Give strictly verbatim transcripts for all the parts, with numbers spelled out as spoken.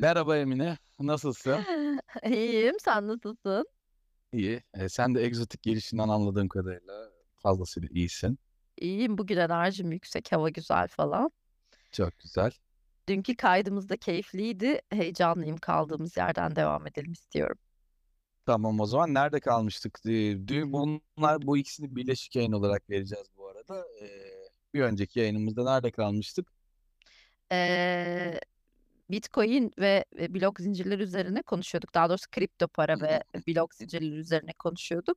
Merhaba Emine, nasılsın? İyiyim, sen nasılsın? İyi. E, sen de egzotik gelişinden anladığım kadarıyla fazlasıyla iyisin. İyiyim, bugün enerjim yüksek, hava güzel falan. Çok güzel. Dünkü kaydımız da keyifliydi. Heyecanlıyım, kaldığımız yerden devam edelim istiyorum. Tamam, o zaman nerede kalmıştık? E, dün bunlar bu ikisini birleşik yayın olarak vereceğiz bu arada. E, bir önceki yayınımızda nerede kalmıştık? Ee, Bitcoin ve ve blok zincirleri üzerine konuşuyorduk. Daha doğrusu kripto para ve blok zincirleri üzerine konuşuyorduk.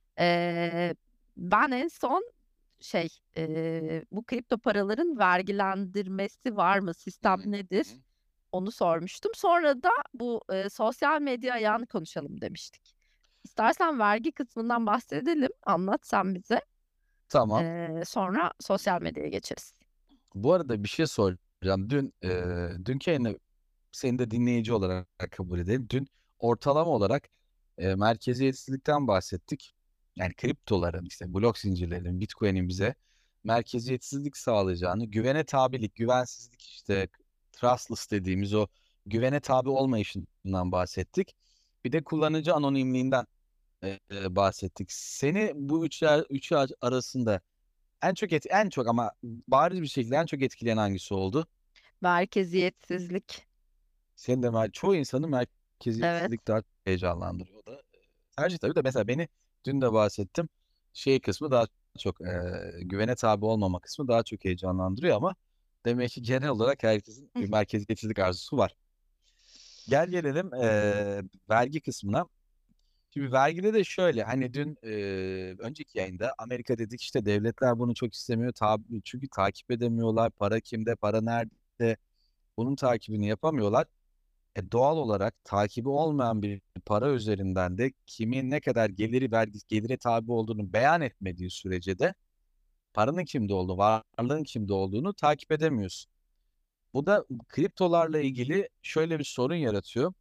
Ee, Ben en son şey, e, bu kripto paraların vergilendirmesi var mı? Sistem nedir? Onu sormuştum. Sonra da bu e, sosyal medya ayağını konuşalım demiştik. İstersen vergi kısmından bahsedelim. Anlat sen bize. Tamam. Ee, sonra sosyal medyaya geçeriz. Bu arada bir şey soracağım. Dün e, dünkü yayını seni de dinleyici olarak kabul edelim. Dün ortalama olarak e, merkeziyetsizlikten bahsettik. Yani kriptoların işte blok zincirlerinin, Bitcoin'in bize merkeziyetsizlik sağlayacağını, güvene tabilik, güvensizlik işte trustless dediğimiz o güvene tabi olmayışından bahsettik. Bir de kullanıcı anonimliğinden e, e, bahsettik. Seni bu üç, üçü arasında en çok et, en çok ama bariz bir şekilde en çok etkileyen hangisi oldu? Merkeziyetsizlik. Senin de mer- çoğu insanı Evet. merkeziyetsizlik daha heyecanlandırıyor. O da e, tercih tabii de mesela beni dün de bahsettim. Şey kısmı daha çok e, güvene tabi olmama kısmı daha çok heyecanlandırıyor ama demek ki genel olarak herkesin bir merkeziyetsizlik arzusu var. Gel gelelim e, vergi kısmına. Şimdi vergide de şöyle hani dün e, önceki yayında Amerika dedik işte devletler bunu çok istemiyor tabi, çünkü takip edemiyorlar, para kimde, para nerede, bunun takibini yapamıyorlar. E, doğal olarak takibi olmayan bir para üzerinden de kimin ne kadar geliri vergi gelire tabi olduğunu beyan etmediği sürece de paranın kimde olduğunu, varlığın kimde olduğunu takip edemiyorsun. Bu da kriptolarla ilgili şöyle bir sorun yaratıyor.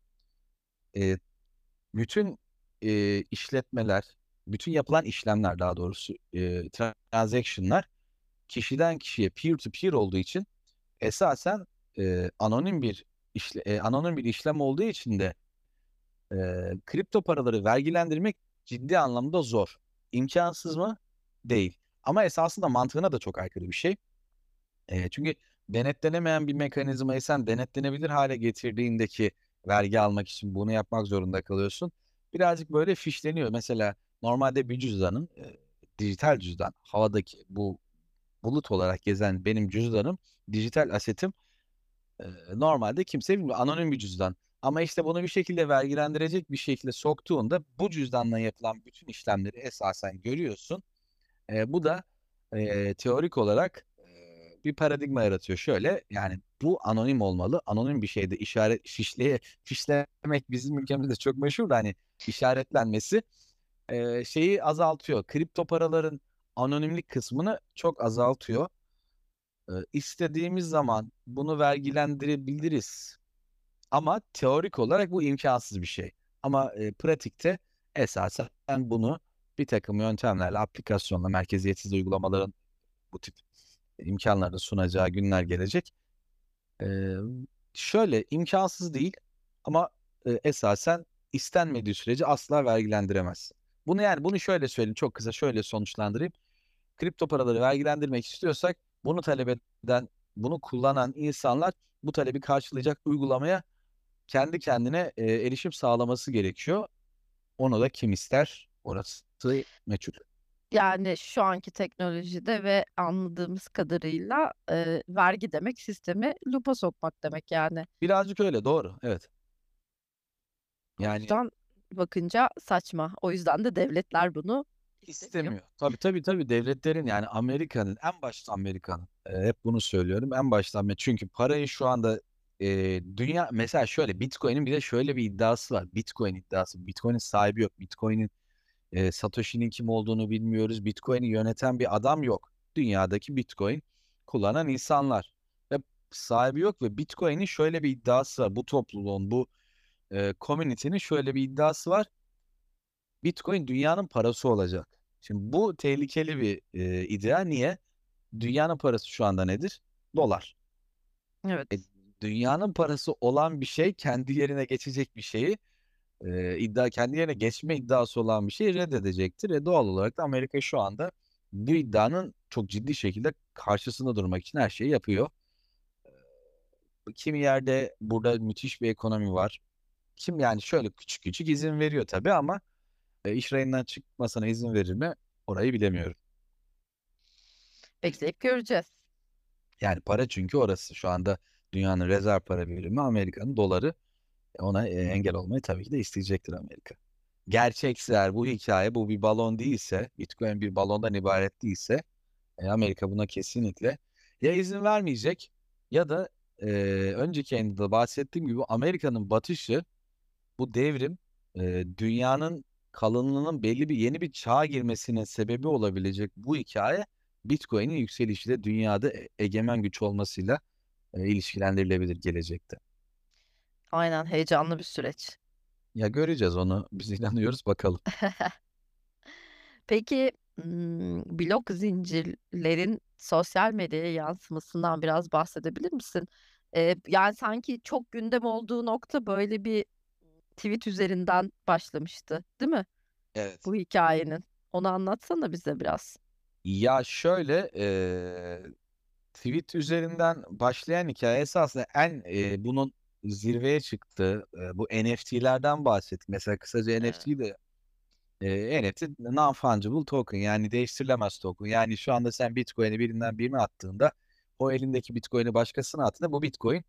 E, bütün e, işletmeler, bütün yapılan işlemler daha doğrusu e, transaction'lar kişiden kişiye peer to peer olduğu için esasen e, anonim bir işle, e, anonim bir işlem olduğu için de e, kripto paraları vergilendirmek ciddi anlamda zor. İmkansız mı? Değil. Ama esasında mantığına da çok aykırı bir şey. E, çünkü denetlenemeyen bir mekanizmayı sen denetlenebilir hale getirdiğindeki vergi almak için bunu yapmak zorunda kalıyorsun. Birazcık böyle fişleniyor. Mesela normalde bir cüzdanın, e, dijital cüzdan, havadaki bu bulut olarak gezen benim cüzdanım, dijital asetim e, normalde kimse bilmiyor. Anonim bir cüzdan. Ama işte bunu bir şekilde vergilendirecek bir şekilde soktuğunda bu cüzdanla yapılan bütün işlemleri esasen görüyorsun. E, bu da e, teorik olarak e, bir paradigma yaratıyor. Şöyle yani bu anonim olmalı. Anonim bir şeyde işaret fişleye fişlemek bizim ülkemizde çok meşhur da hani işaretlenmesi e, şeyi azaltıyor. Kripto paraların anonimlik kısmını çok azaltıyor. E, istediğimiz zaman bunu vergilendirebiliriz. Ama teorik olarak bu imkansız bir şey. Ama e, pratikte esasen bunu bir takım yöntemlerle, aplikasyonla, merkeziyetsiz uygulamaların bu tip imkanları sunacağı günler gelecek. E, şöyle imkansız değil ama e, esasen istenmediği sürece asla vergilendiremez. Bunu yani bunu şöyle söyleyeyim, çok kısa şöyle sonuçlandırayım. Kripto paraları vergilendirmek istiyorsak bunu talep eden, bunu kullanan insanlar bu talebi karşılayacak uygulamaya kendi kendine e, erişim sağlaması gerekiyor. Onu da kim ister? Orası meçhul. Yani şu anki teknolojide ve anladığımız kadarıyla e, vergi demek sistemi lupa sokmak demek yani. Birazcık öyle, doğru. Evet. O Yani yüzden bakınca saçma. O yüzden de devletler bunu istemiyor. istemiyor. Tabii tabii tabii devletlerin yani Amerika'nın en başta Amerika'nın e, hep bunu söylüyorum en baştan beri. Çünkü parayı şu anda e, dünya mesela şöyle Bitcoin'in bir de şöyle bir iddiası var. Bitcoin iddiası. Bitcoin'in sahibi yok. Bitcoin'in e, Satoshi'nin kim olduğunu bilmiyoruz. Bitcoin'i yöneten bir adam yok. Dünyadaki Bitcoin kullanan insanlar ve sahibi yok ve Bitcoin'in şöyle bir iddiası var. Bu topluluğun bu e, community'nin şöyle bir iddiası var. Bitcoin dünyanın parası olacak. Şimdi bu tehlikeli bir e, iddia. Niye? Dünyanın parası şu anda nedir? Dolar. E, Evet. dünyanın parası olan bir şey kendi yerine geçecek bir şeyi e, iddia kendi yerine geçme iddiası olan bir şeyi reddedecektir. E doğal olarak da Amerika şu anda bu iddianın çok ciddi şekilde karşısında durmak için her şeyi yapıyor. Kimi yerde burada müthiş bir ekonomi var. Kim yani şöyle küçük küçük izin veriyor tabii ama e, iş rayından çıkmasına izin verir mi? Orayı bilemiyorum. Bekleyip göreceğiz. Yani para çünkü orası. Şu anda dünyanın rezerv para birimi Amerika'nın doları. E, Ona e, engel olmayı tabii ki de isteyecektir Amerika. Gerçekse eğer bu hikaye bu bir balon değilse, Bitcoin bir balondan ibaret değilse e, Amerika buna kesinlikle ya izin vermeyecek ya da e, önceki yayında da bahsettiğim gibi Amerika'nın batışı bu devrim e, dünyanın kalınlığının belli bir yeni bir çağa girmesinin sebebi olabilecek bu hikaye Bitcoin'in yükselişiyle dünyada e- egemen güç olmasıyla e, ilişkilendirilebilir gelecekte. Aynen, heyecanlı bir süreç. Ya göreceğiz onu. Biz inanıyoruz bakalım. Peki hmm, blok zincirlerin sosyal medyaya yansımasından biraz bahsedebilir misin? Ee, yani sanki çok gündem olduğu nokta böyle bir tweet üzerinden başlamıştı, değil mi? Evet. Bu hikayenin. Onu anlatsana bize biraz. Ya şöyle e, tweet üzerinden başlayan hikaye esasında en e, bunun zirveye çıktığı e, bu N F T'lerden bahsettik. Mesela kısaca Evet. N F T de e, N F T non-fungible token yani değiştirilemez token. Yani şu anda sen Bitcoin'i birinden birine attığında o elindeki Bitcoin'i başkasına attığında bu Bitcoin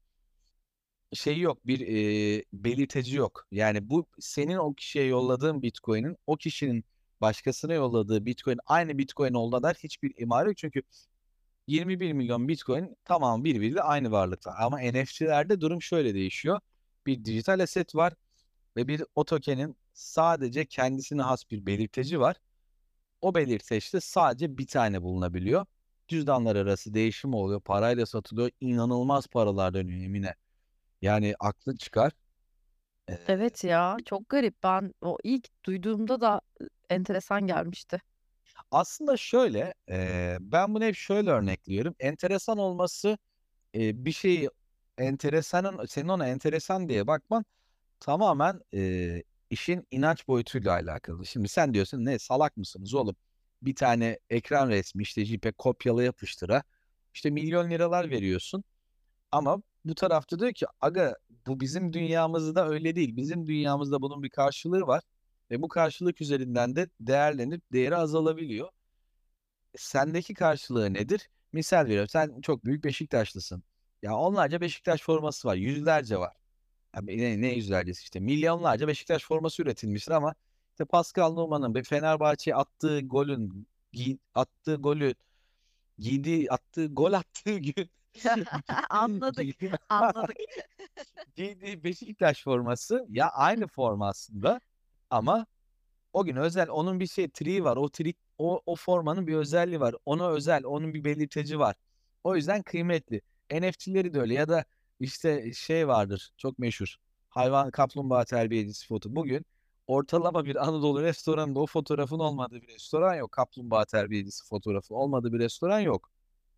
şey yok bir e, belirteci yok. Yani bu senin o kişiye yolladığın Bitcoin'in o kişinin başkasına yolladığı Bitcoin aynı Bitcoin olduğuna dair hiçbir imar yok. Çünkü yirmi bir milyon Bitcoin tamam birbiriyle aynı varlıkta. Ama N F T'lerde durum şöyle değişiyor. Bir dijital aset var ve bir o token'in sadece kendisine has bir belirteci var. O belirteçte sadece bir tane bulunabiliyor. Cüzdanlar arası değişim oluyor. Parayla satılıyor. İnanılmaz paralar dönüyor Emine. Yani aklın çıkar. Ee, Evet ya, çok garip. Ben o ilk duyduğumda da e, enteresan gelmişti. aslında şöyle, e, ben bunu hep şöyle örnekliyorum. Enteresan olması e, bir şeyi enteresanın senin ona enteresan diye bakman tamamen e, işin inanç boyutuyla alakalı. Şimdi sen diyorsun ne salak mısınız oğlum? Bir tane ekran resmi işte JPEG kopyala yapıştıra işte milyon liralar veriyorsun. Ama bu tarafta diyor ki aga bu bizim dünyamızda öyle değil. Bizim dünyamızda bunun bir karşılığı var. Ve bu karşılık üzerinden de değerlenip değeri azalabiliyor. E, sendeki karşılığı nedir? Misal veriyorum sen çok büyük Beşiktaşlısın. Ya onlarca Beşiktaş forması var. Yüzlerce var. Abi ne, ne yüzlercesi işte milyonlarca Beşiktaş forması üretilmiştir ama işte Pascal Nouma'nın bir Fenerbahçe'ye attığı golün giy- attığı golü giydiği attığı gol attığı gün Anladık, anladık. giydiği Beşiktaş forması ya aynı forma aslında ama o gün özel onun bir şey triği var. O trik o, o formanın bir özelliği var. Ona özel, onun bir belirteci var. O yüzden kıymetli. N F T'leri de öyle ya da işte şey vardır çok meşhur. Hayvan kaplumbağa terbiyecisi foto. Bugün ortalama bir Anadolu restoranında o fotoğrafın olmadığı bir restoran yok. Kaplumbağa terbiyecisi fotoğrafı olmadığı bir restoran yok.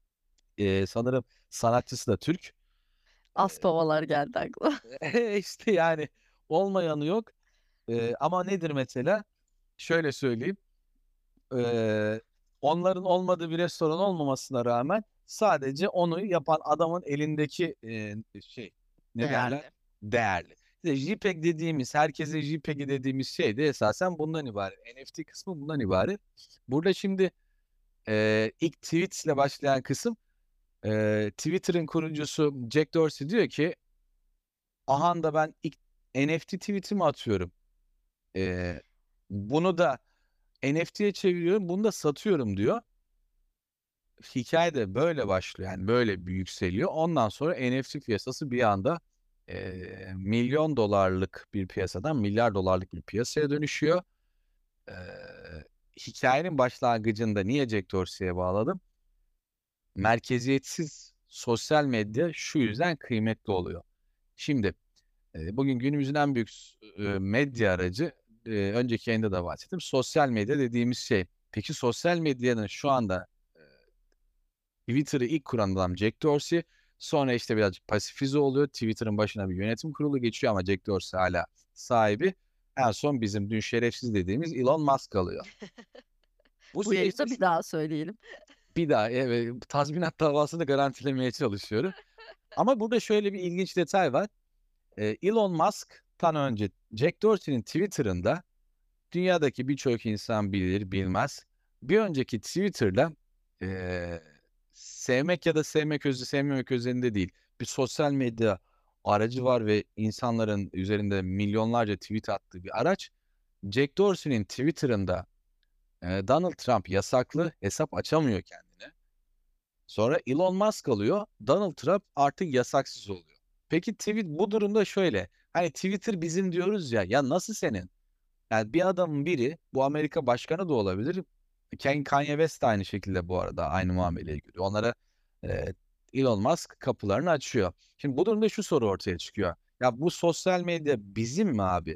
Ee, sanırım sanatçısı da Türk. Aspavalar geldi aklıma. Ee, işte yani olmayanı yok. Ee, ama nedir mesela? Şöyle söyleyeyim. Ee, onların olmadığı bir restoran olmamasına rağmen sadece onu yapan adamın elindeki e, şey ne derler? Değerli. Değerli. İşte JPEG dediğimiz, herkesin JPEG'i dediğimiz şey de esasen bundan ibaret. N F T kısmı bundan ibaret. Burada şimdi e, ilk tweetle başlayan kısım e, Twitter'ın kurucusu Jack Dorsey diyor ki aha da ben ilk N F T tweetimi atıyorum. E, bunu da N F T'ye çeviriyorum, bunu da satıyorum diyor. Hikaye de böyle başlıyor. Yani böyle bir yükseliyor. Ondan sonra N F T piyasası bir anda e, milyon dolarlık bir piyasadan milyar dolarlık bir piyasaya dönüşüyor. E, hikayenin başlangıcında niye Jack Dorsey'e bağladım? Merkeziyetsiz sosyal medya şu yüzden kıymetli oluyor. Şimdi e, bugün günümüzün en büyük e, medya aracı e, önceki yayında da bahsettim. Sosyal medya dediğimiz şey. Peki sosyal medyanın şu anda Twitter'ı ilk kuran adam Jack Dorsey. Sonra işte birazcık pasifize oluyor. Twitter'ın başına bir yönetim kurulu geçiyor ama Jack Dorsey hala sahibi. En son bizim dün şerefsiz dediğimiz Elon Musk kalıyor. Bu Bu süreçte yayında bir daha söyleyelim. bir daha evet, tazminat davasını garantilemeye çalışıyorum. Ama burada şöyle bir ilginç detay var. Ee, Elon Musk'tan önce Jack Dorsey'nin Twitter'ında dünyadaki birçok insan bilir bilmez. Bir önceki Twitter'da eee, sevmek ya da sevmek özü sevmemek özelinde değil. Bir sosyal medya aracı var ve insanların üzerinde milyonlarca tweet attığı bir araç. Jack Dorsey'nin Twitter'ında eee, Donald Trump yasaklı hesap açamıyor kendine. Sonra Elon Musk alıyor. Donald Trump artık yasaksız oluyor. Peki tweet bu durumda şöyle. Hani Twitter bizim diyoruz ya. Ya nasıl senin? Yani bir adamın biri, bu Amerika başkanı da olabilir. Ken- Kanye West de aynı şekilde bu arada aynı muameleyi görüyor. Onlara e, Elon Musk kapılarını açıyor. Şimdi bu durumda şu soru ortaya çıkıyor. Ya bu sosyal medya bizim mi abi?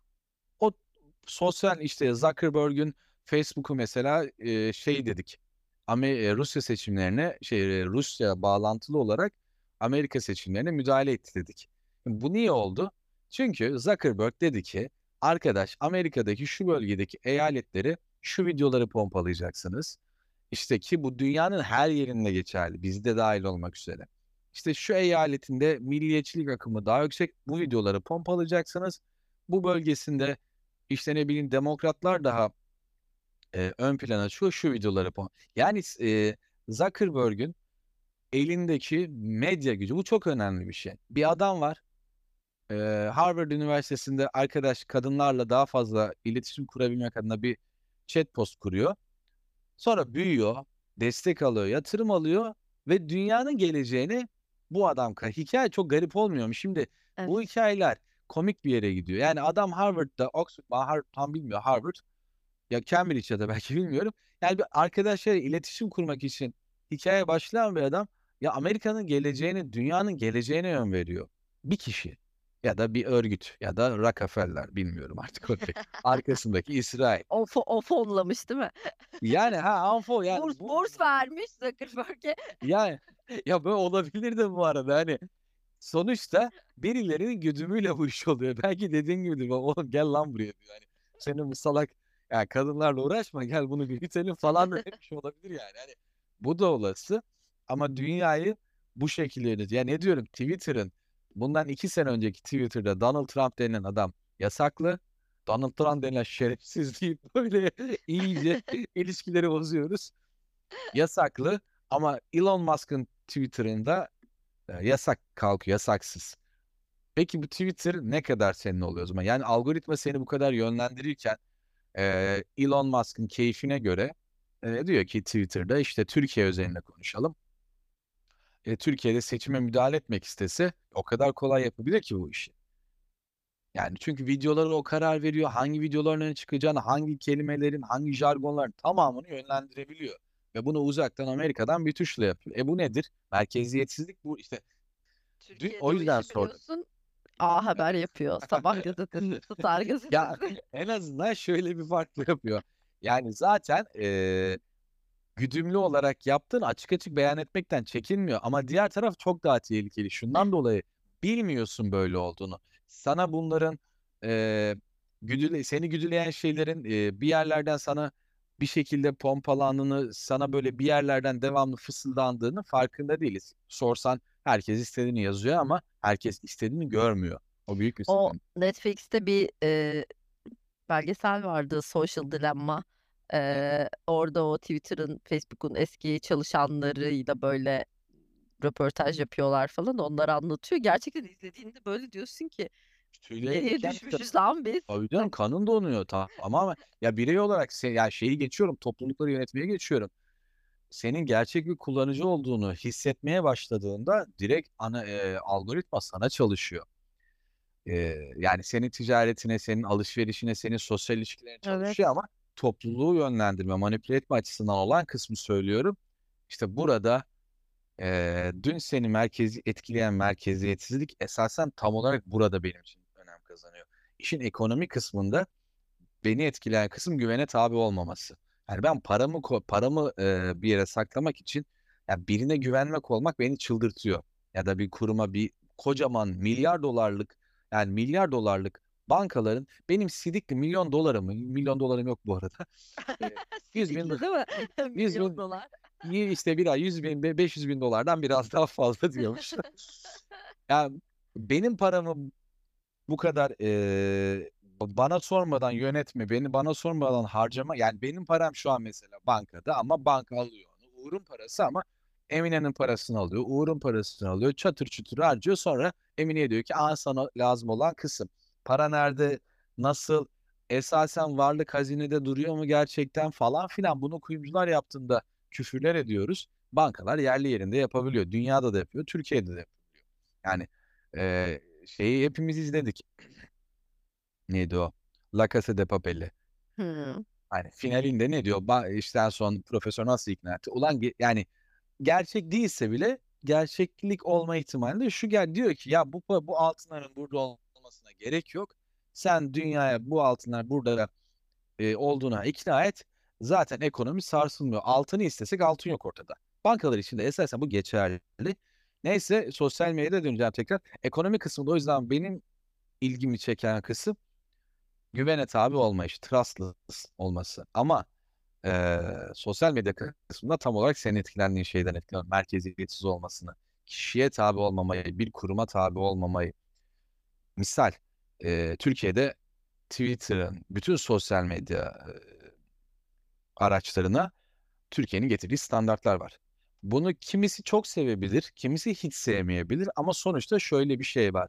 O sosyal işte Zuckerberg'ün Facebook'u mesela e, şey dedik. Ama Rusya seçimlerine şey e, Rusya bağlantılı olarak Amerika seçimlerine müdahale etti dedik. Bu niye oldu? Çünkü Zuckerberg dedi ki arkadaş Amerika'daki şu bölgedeki eyaletleri şu videoları pompalayacaksınız. İşte ki bu dünyanın her yerinde geçerli. Bizde dahil olmak üzere. İşte şu eyaletinde milliyetçilik akımı daha yüksek. Bu videoları pompalayacaksınız. Bu bölgesinde işte ne bileyim demokratlar daha e, ön plana çıkıyor şu videoları pom. Yani e, Zuckerberg'ün elindeki medya gücü bu çok önemli bir şey. Bir adam var. e, Harvard Üniversitesi'nde arkadaş kadınlarla daha fazla iletişim kurabilmek adına bir chat post kuruyor. Sonra büyüyor, destek alıyor, yatırım alıyor ve dünyanın geleceğini bu adam ka- hikaye çok garip olmuyor mu? Şimdi bu Evet. hikayeler komik bir yere gidiyor. Yani adam Harvard'da, Oxford, Harvard tam bilmiyor Harvard ya Cambridge ya da belki bilmiyorum. Yani bir arkadaşlarla iletişim kurmak için hikaye başlayan bir adam ya Amerika'nın geleceğini, dünyanın geleceğine yön veriyor. Bir kişi ya da bir örgüt ya da Rockefeller bilmiyorum artık o tek. Arkasındaki İsrail. O, fo- o fonlamış değil mi? Yani ha Anfo yani Burs, bu burs vermiş Zuckerberg'e. yani ya böyle olabilir de bu arada hani sonuçta birilerinin güdümüyle bu iş oluyor. Belki dediğin gibi diyor, oğlum gel lan buraya diyor. Yani senin bu salak ya kadınlarla uğraşma gel bunu büyütelim falan da demiş olabilir yani. Hani bu da olası ama dünyayı bu şekilde yönetiyor. Ya ne diyorum Twitter'ın bundan iki sene önceki Twitter'da Donald Trump denilen adam yasaklı. Donald Trump denilen şerefsiz deyip böyle iyice ilişkileri bozuyoruz. Yasaklı ama Elon Musk'ın Twitter'ında e, yasak kalkıyor, yasaksız. Peki bu Twitter ne kadar senin oluyor o zaman? Yani algoritma seni bu kadar yönlendirirken e, Elon Musk'ın keyfine göre e, diyor ki Twitter'da işte Türkiye özelinde konuşalım. E, Türkiye'de seçime müdahale etmek istese o kadar kolay yapabilir ki bu işi. Yani çünkü videoları o karar veriyor. Hangi videoların öne çıkacağını, hangi kelimelerin, hangi jargonların tamamını yönlendirebiliyor. Ve bunu uzaktan Amerika'dan bir tuşla yapıyor. E bu nedir? Merkeziyetsizlik bu işte. Dün o Türkiye'de o yüzden işi sordum. biliyorsun. A Haber yapıyor. Sabah gazetesi, Star Ya gazetesi. en azından şöyle bir farklı yapıyor. Yani zaten eee, güdümlü olarak yaptığını açık açık beyan etmekten çekinmiyor. Ama diğer taraf çok daha tehlikeli. Şundan dolayı bilmiyorsun böyle olduğunu. Sana bunların eee güdüle, seni güdüleyen şeylerin eee, bir yerlerden sana bir şekilde pompalandığını, sana böyle bir yerlerden devamlı fısıldandığını farkında değiliz. Sorsan herkes istediğini yazıyor ama herkes istediğini görmüyor. O büyük bir O sıkıntı. Netflix'te bir e, belgesel vardı, Social Dilemma. E, orada o Twitter'ın, Facebook'un eski çalışanlarıyla böyle röportaj yapıyorlar falan. Onları anlatıyor. Gerçekten izlediğinde böyle diyorsun ki Tüylerim nereye diken diken. düşmüşüz lan biz? Tabii canım kanın donuyor ta ama ya birey olarak se ya şeyi geçiyorum toplulukları yönetmeye geçiyorum. Senin gerçek bir kullanıcı olduğunu hissetmeye başladığında direkt ana e, algoritma sana çalışıyor. E, Yani senin ticaretine, senin alışverişine, senin sosyal ilişkilerine çalışıyor Evet. ama topluluğu yönlendirme, manipüle etme açısından olan kısmı söylüyorum. İşte burada e, dün seni merkezi etkileyen merkeziyetsizlik esasen tam olarak burada benim için önem kazanıyor. İşin ekonomi kısmında beni etkileyen kısım güvene tabi olmaması. Yani ben paramı ko- paramı e, bir yere saklamak için yani birine güvenmek olmak beni çıldırtıyor. ya da bir kuruma bir kocaman milyar dolarlık yani milyar dolarlık bankaların benim sidikli milyon dolarımı milyon dolarım yok bu arada. E, yüz bin Sidikli değil mi? yüz Milyon bin dolar. y- işte bir ay yüz bin be- beş yüz bin dolardan biraz daha fazla diyormuş. Yani benim paramı bu kadar eee, bana sormadan yönetme, beni bana sormadan harcama. Yani benim param şu an mesela bankada ama banka alıyor onu. Uğur'un parası ama Emine'nin parasını alıyor. Uğur'un parasını alıyor. Çatır çutur harcıyor. Sonra Emine'ye diyor ki aa sana lazım olan kısım. Para nerede? Nasıl? Esasen varlık hazinede duruyor mu gerçekten falan filan. Bunu kuyumcular yaptığında küfürler ediyoruz. Bankalar yerli yerinde yapabiliyor. Dünyada da yapıyor. Türkiye'de de yapıyor. Yani eee, şeyi hepimiz izledik. Neydi o? La Casa de Papel'i. Hıı. Hani finalinde ne diyor? Ba işte en son profesör nasıl ikna etti? Ulan ge- yani gerçek değilse bile gerçeklik olma ihtimali de şu gel diyor ki ya bu pa- bu altınların burada olmasına gerek yok. Sen dünyaya bu altınlar burada e, olduğuna ikna et. Zaten ekonomi sarsılmıyor. Altını istesek altın yok ortada. Bankalar için de esasen bu geçerli. Neyse sosyal medyada döneceğim tekrar. Ekonomi kısmında o yüzden benim ilgimi çeken kısım güvene tabi olmayış, trustless olması. Ama eee, sosyal medya kısmında tam olarak senin etkilendiğin şeyden etkileniyorum. Merkeziyetsiz olmasını, kişiye tabi olmamayı, bir kuruma tabi olmamayı. Misal, eee, Türkiye'de Twitter'ın bütün sosyal medya eee, araçlarına Türkiye'nin getirdiği standartlar var. Bunu kimisi çok sevebilir, kimisi hiç sevmeyebilir ama sonuçta şöyle bir şey var.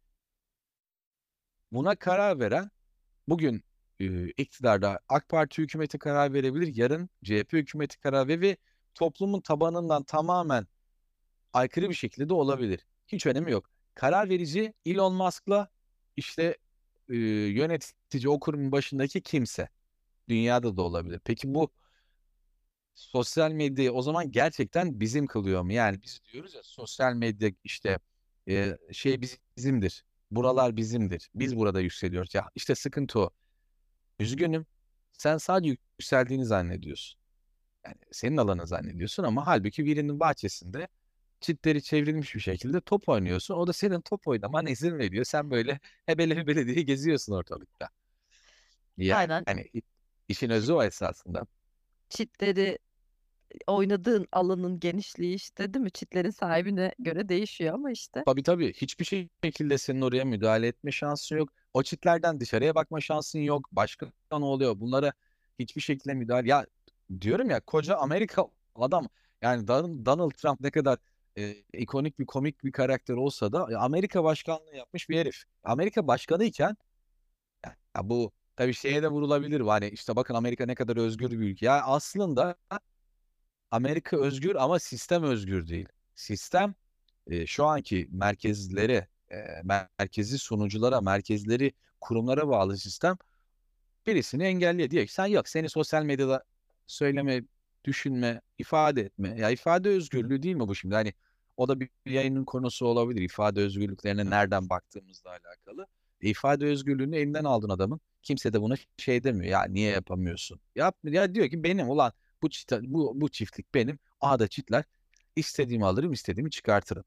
Buna karar veren bugün e, iktidarda AK Parti hükümeti karar verebilir, yarın C H P hükümeti karar verir ve toplumun tabanından tamamen aykırı bir şekilde de olabilir. Hiç önemi yok. Karar verici Elon Musk'la işte e, yönetici o kurumun başındaki kimse. Dünyada da olabilir. Peki bu sosyal medyayı o zaman gerçekten bizim kılıyor mu? Yani biz diyoruz ya sosyal medya işte e, şey bizimdir. Buralar bizimdir. Biz burada yükseliyoruz. Ya işte sıkıntı o. Üzgünüm. Sen sadece yükseldiğini zannediyorsun. Yani senin alanı zannediyorsun ama halbuki birinin bahçesinde çitleri çevrilmiş bir şekilde top oynuyorsun. O da senin top oynamana izin veriyor. Sen böyle hebele hebele diye geziyorsun ortalıkta. Aynen. Yani i- işin özü Çit o esasında. çitleri oynadığın alanın genişliği işte değil mi? Çitlerin sahibine göre değişiyor ama işte. Tabii tabii hiçbir şekilde senin oraya müdahale etme şansın yok. O çitlerden dışarıya bakma şansın yok. Başka ne oluyor? Bunlara hiçbir şekilde müdahale. Ya diyorum ya koca Amerika adam yani Don- Donald Trump ne kadar e, ikonik bir komik bir karakter olsa da e, Amerika başkanlığı yapmış bir herif. Amerika başkanıyken ya, ya bu tabii şeye de vurulabilir. Hani işte bakın Amerika ne kadar özgür bir ülke. Ya aslında Amerika özgür ama sistem özgür değil. Sistem e, şu anki merkezlere, e, merkezi sunuculara, merkezleri kurumlara bağlı sistem birisini engelliyor. Diyor ki sen yok seni sosyal medyada söyleme, düşünme, ifade etme. Ya ifade özgürlüğü değil mi bu şimdi? Hani o da bir yayının konusu olabilir. İfade özgürlüklerine nereden baktığımızla alakalı. E, ifade özgürlüğünü elinden aldın adamın. Kimse de buna şey demiyor. Ya niye yapamıyorsun? Yap, ya diyor ki benim ulan bu çift, bu, bu çiftlik benim. Ağda çitler. İstediğimi alırım, istediğimi çıkartırım.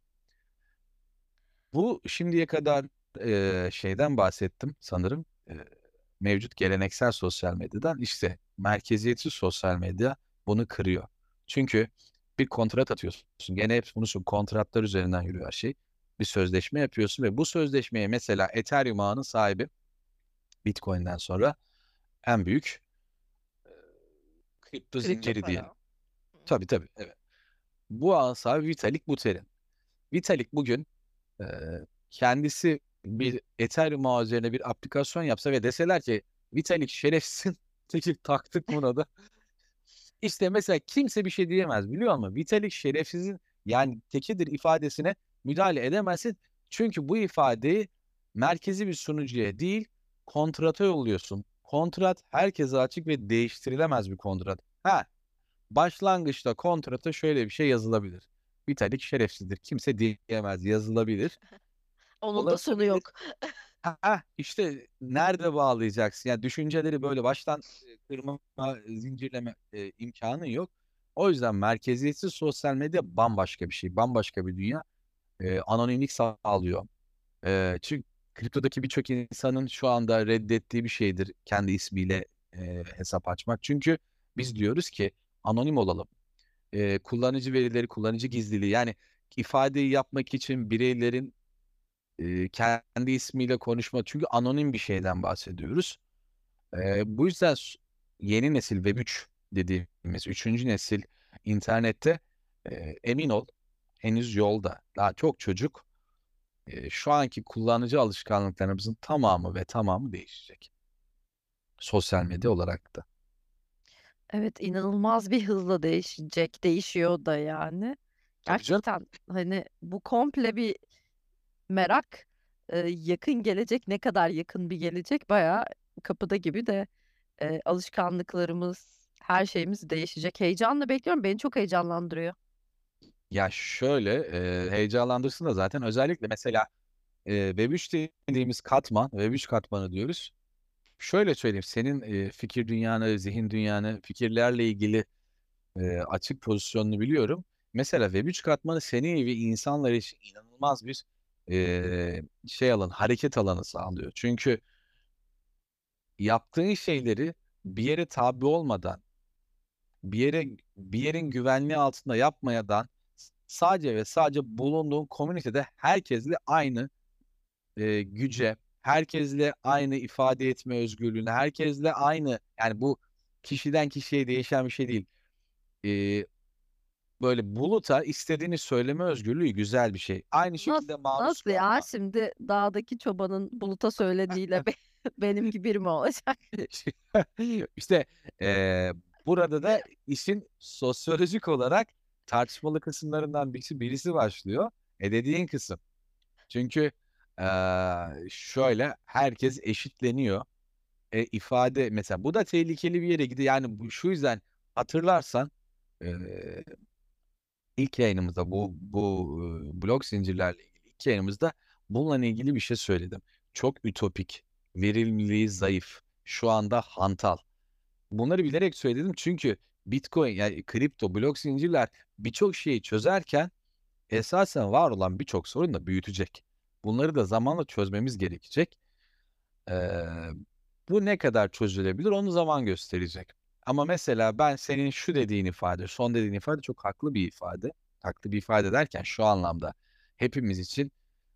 Bu şimdiye kadar e, şeyden bahsettim sanırım. E, mevcut geleneksel sosyal medyadan işte merkeziyetsiz sosyal medya bunu kırıyor. Çünkü bir kontrat atıyorsun. Gene hep bunu söylüyorum, kontratlar üzerinden yürüyor her şey. Bir sözleşme yapıyorsun ve bu sözleşmeye mesela Ethereum ağının sahibi Bitcoin'den sonra en büyük e, kripto Kripto zinciri para. diyelim. Hı hı. Tabii tabii evet. Bu ağın sahibi Vitalik Buterin. Vitalik bugün e, kendisi bir Ethereum ağı üzerine bir aplikasyon yapsa ve deseler ki Vitalik şerefsin taktık buna da. İşte mesela kimse bir şey diyemez biliyor musun? Vitalik şerefsizin yani tekidir ifadesine müdahale edemezsin. Çünkü bu ifadeyi merkezi bir sunucuya değil kontrata yolluyorsun. Kontrat herkese açık ve değiştirilemez bir kontrat. Ha, başlangıçta kontrata şöyle bir şey yazılabilir. Vitalik şerefsizdir. Kimse diyemez yazılabilir. Onun da sonu Olabilir. yok. Ha, işte nerede bağlayacaksın? Yani düşünceleri böyle baştan e, kırma, zincirleme e, imkanı yok. O yüzden merkeziyetsiz sosyal medya bambaşka bir şey, bambaşka bir dünya. e, anonimlik sağlıyor. E, çünkü kriptodaki birçok insanın şu anda reddettiği bir şeydir kendi ismiyle e, hesap açmak. Çünkü biz diyoruz ki anonim olalım. E, kullanıcı verileri, kullanıcı gizliliği, yani ifadeyi yapmak için bireylerin e, kendi ismiyle konuşma, çünkü anonim bir şeyden bahsediyoruz. E, bu yüzden s- yeni nesil Web üç dediğimiz üçüncü nesil internette, e, emin ol, henüz yolda. Daha çok çocuk. E, şu anki kullanıcı alışkanlıklarımızın tamamı ve tamamı değişecek. Sosyal medya olarak da. Evet, inanılmaz bir hızla değişecek. Değişiyor da yani. Tabii canım. Gerçekten hani bu komple bir merak. Ee, yakın gelecek, ne kadar yakın bir gelecek, bayağı kapıda gibi de e, alışkanlıklarımız, her şeyimiz değişecek. Heyecanla bekliyorum. Beni çok heyecanlandırıyor. Ya şöyle, e, heyecanlandırsın da zaten, özellikle mesela e, Web üç dediğimiz katman, Web üç katmanı diyoruz. Şöyle söyleyeyim, senin e, fikir dünyanı, zihin dünyanı, fikirlerle ilgili e, açık pozisyonunu biliyorum. Mesela Web üç katmanı senin gibi insanlar için inanılmaz bir e, şey alanı, hareket alanı sağlıyor. Çünkü yaptığın şeyleri bir yere tabi olmadan, bir yere bir yerin güvenliği altında yapmayadan, sadece ve sadece bulunduğun komünitede herkesle aynı e, güce, herkesle aynı ifade etme özgürlüğüne, herkesle aynı, yani bu kişiden kişiye değişen bir şey değil. E, Böyle buluta istediğini söyleme özgürlüğü güzel bir şey. Aynı Nasıl, şekilde maruz nasıl ya? kalma. Şimdi dağdaki çobanın buluta söylediğiyle be- benim gibi mi olacak? İşte e, burada da işin sosyolojik olarak tartışmalı kısımlarından birisi, birisi başlıyor. E dediğin kısım. Çünkü e, şöyle, herkes eşitleniyor. E, ifade mesela, bu da tehlikeli bir yere gidiyor. Yani bu, şu yüzden hatırlarsan e, ilk yayınımızda, bu bu e, blok zincirlerle ilgili ilk yayınımızda bununla ilgili bir şey söyledim. Çok ütopik, verimliliği zayıf, şu anda hantal. Bunları bilerek söyledim çünkü Bitcoin, yani kripto, blok zincirler birçok şeyi çözerken esasen var olan birçok sorunu da büyütecek. Bunları da zamanla çözmemiz gerekecek. Ee, Bu ne kadar çözülebilir onu zaman gösterecek. Ama mesela ben senin şu dediğin ifade, son dediğin ifade çok haklı bir ifade. Haklı bir ifade derken şu anlamda, hepimiz için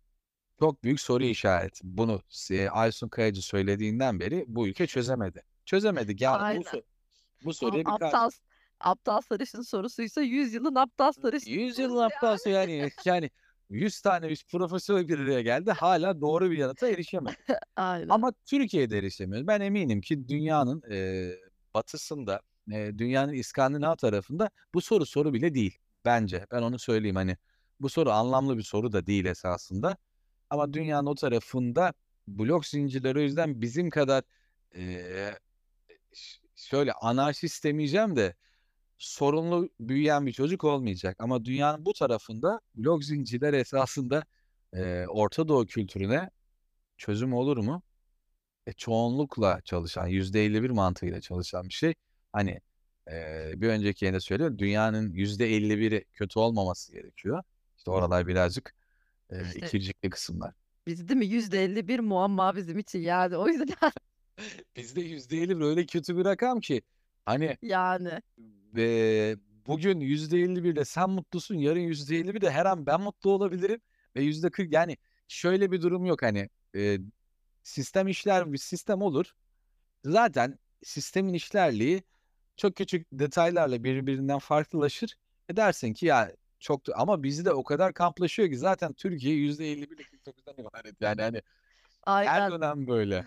çok büyük soru işareti. Bunu e, Aysun Kayacı söylediğinden beri bu ülke çözemedi. Çözemedi. Yani bu, Aynen. so- bu A- soruya bir karşı. aptal aptal sarışın sorusuysa yüz yılın aptal yüz yılın sarışınız aptası yani. yani. Yani yüz tane bir profesör bir araya geldi, hala doğru bir yanıta erişemedi. Aynen. Ama Türkiye'de erişemiyoruz. Ben eminim ki dünyanın e, batısında, e, dünyanın İskandinav tarafında bu soru soru bile değil. Bence. Ben onu söyleyeyim, hani bu soru anlamlı bir soru da değil esasında. Ama dünyanın o tarafında blok zincirleri o yüzden bizim kadar e, ş- şöyle anarşist demeyeceğim de, sorunlu büyüyen bir çocuk olmayacak. Ama dünyanın bu tarafında blok zincirler esasında e, Orta Doğu kültürüne çözüm olur mu? E, çoğunlukla çalışan, yüzde elli bir mantığıyla çalışan bir şey. Hani e, bir önceki yayında söylüyorum, dünyanın yüzde elli biri kötü olmaması gerekiyor. İşte oralar birazcık e, İşte ikircikli kısımlar. biz, değil mi, yüzde elli bir muamma bizim için yani, o yüzden Bizde yüzde elli bir öyle kötü bir rakam ki, hani yani ve bugün yüzde elli bir de sen mutlusun, yarın yüzde elli bir de her an ben mutlu olabilirim ve yüzde kırk, yani şöyle bir durum yok, hani e, sistem işler, bir sistem olur. Zaten sistemin işlerliği çok küçük detaylarla birbirinden farklılaşır. E dersin ki ya çok da- ama bizde o kadar kamplaşıyor ki, zaten Türkiye yüzde elli bir ile kırk dokuzdan ibaret. Yani hani her aynen dönem böyle.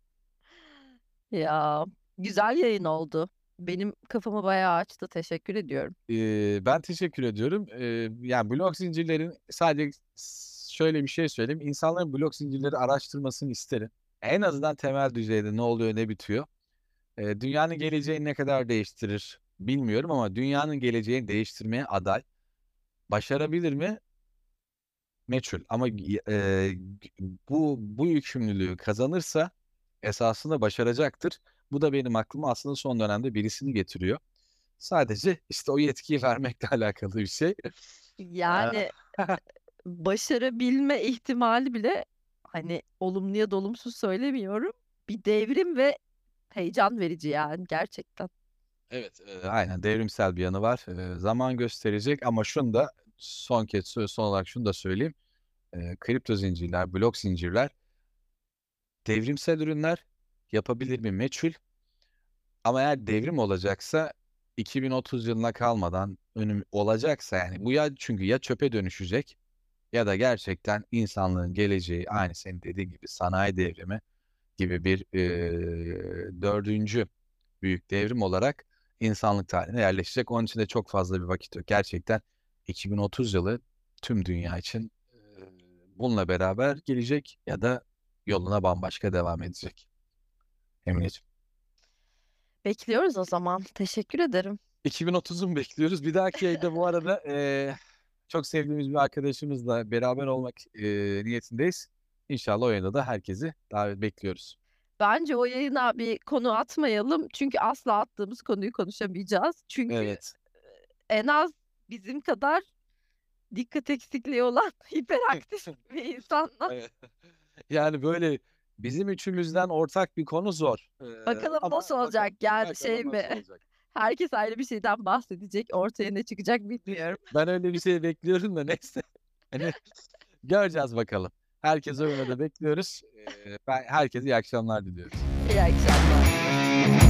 ya, güzel yayın oldu. Benim kafamı bayağı açtı. Teşekkür ediyorum. Ee, ben teşekkür ediyorum. Ee, yani blok zincirlerin, sadece şöyle bir şey söyleyeyim. İnsanların blok zincirleri araştırmasını isterim. En azından temel düzeyde ne oluyor ne bitiyor. Ee, dünyanın geleceğini ne kadar değiştirir bilmiyorum ama dünyanın geleceğini değiştirmeye aday. Başarabilir mi? Meçhul. Ama e, bu bu yükümlülüğü kazanırsa esasında başaracaktır. Bu da benim aklıma aslında son dönemde birisini getiriyor. Sadece işte o yetkiyi vermekle alakalı bir şey. Yani başarabilme ihtimali bile, hani, olumlu ya da olumsuz söylemiyorum, bir devrim ve heyecan verici yani gerçekten. Evet, eee, aynen devrimsel bir yanı var. Eee, zaman gösterecek ama şunu da son kez söz son olarak şunu da söyleyeyim. Eee, kripto zincirler, blok zincirler devrimsel ürünler, yapabilir mi meçhul ama eğer devrim olacaksa iki bin otuz yılına kalmadan önüm olacaksa yani bu ya çünkü ya çöpe dönüşecek ya da gerçekten insanlığın geleceği aynı senin dediğin gibi sanayi devrimi gibi bir, eee, dördüncü büyük devrim olarak insanlık tarihine yerleşecek. Onun için de çok fazla bir vakit yok. Gerçekten iki bin otuz yılı tüm dünya için, eee, bununla beraber gelecek ya da yoluna bambaşka devam edecek. Emineciğim. Bekliyoruz o zaman. Teşekkür ederim. iki bin otuzu mu bekliyoruz? Bir dahaki yayında bu arada, eee, çok sevdiğimiz bir arkadaşımızla beraber olmak, eee, niyetindeyiz. İnşallah o yayında da herkesi davet bekliyoruz. Bence o yayına bir konu atmayalım. Çünkü asla attığımız konuyu konuşamayacağız. Çünkü, Evet. en az bizim kadar dikkat eksikliği olan hiperaktif bir insanla Evet. Yani, böyle, bizim üçümüzden ortak bir konu zor. Eee, bakalım ama nasıl olacak? bakalım Yani şey bakalım nasıl mi? olacak. Herkes ayrı bir şeyden bahsedecek. Ortaya ne çıkacak bilmiyorum. Ben öyle bir şey bekliyorum da neyse. Hani, göreceğiz bakalım. Herkesi o yayına da bekliyoruz. Eee, ben herkese iyi akşamlar diliyoruz. İyi akşamlar.